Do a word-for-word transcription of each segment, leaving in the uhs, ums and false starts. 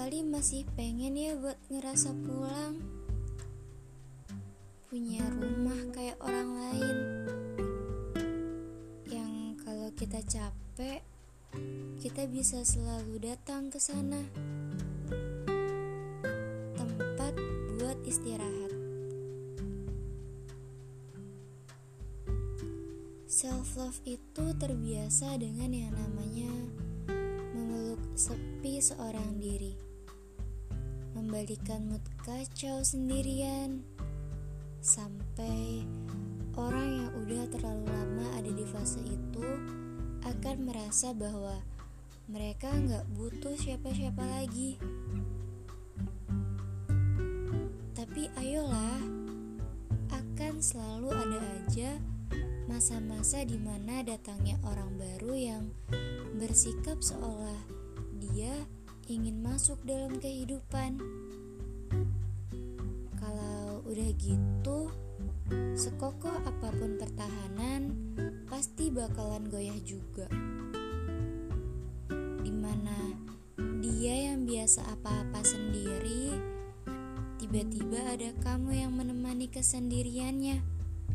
kali masih pengen ya buat ngerasa pulang, punya rumah kayak orang lain, yang kalau kita capek, kita bisa selalu datang ke sana, tempat buat istirahat. Self love itu terbiasa dengan yang namanya memeluk sepi seorang diri, membalikan mood kacau sendirian, sampai orang yang udah terlalu lama ada di fase itu akan merasa bahwa mereka gak butuh siapa-siapa lagi. Tapi ayolah, akan selalu ada aja masa-masa dimana datangnya orang baru yang bersikap seolah dia ingin masuk dalam kehidupan. Kalau udah gitu, sekokoh apapun pertahanan pasti bakalan goyah juga. Dimana dia yang biasa apa-apa sendiri, tiba-tiba ada kamu yang menemani kesendiriannya.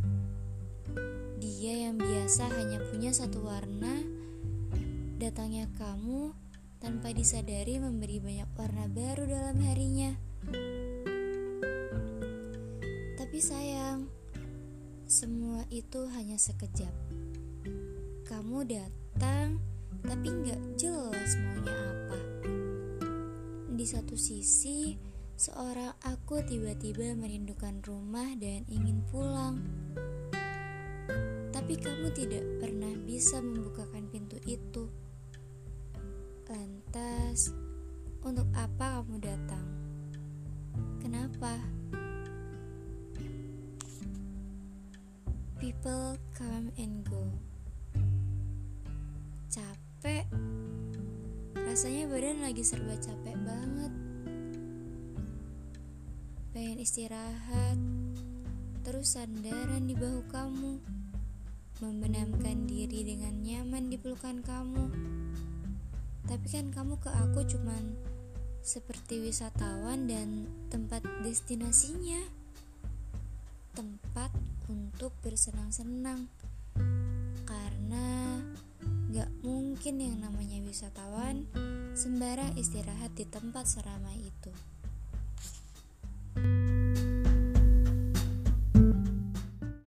Dia yang biasa hanya punya satu warna, datangnya kamu tanpa disadari memberi banyak warna baru dalam harinya. Tapi sayang, semua itu hanya sekejap. Kamu datang, tapi gak jelas maunya apa. Di satu sisi, seorang aku tiba-tiba merindukan rumah dan ingin pulang. Tapi kamu tidak pernah bisa membukakan pintu itu. Lantas, untuk apa kamu datang? Kenapa? People come and go. Capek. Rasanya badan lagi serba capek banget. Pengen istirahat, terus sandaran di bahu kamu, membenamkan diri dengan nyaman di pelukan kamu. Tapi kan kamu ke aku cuman seperti wisatawan dan tempat destinasinya, tempat untuk bersenang-senang. Karena gak mungkin yang namanya wisatawan sembarang istirahat di tempat seramai itu.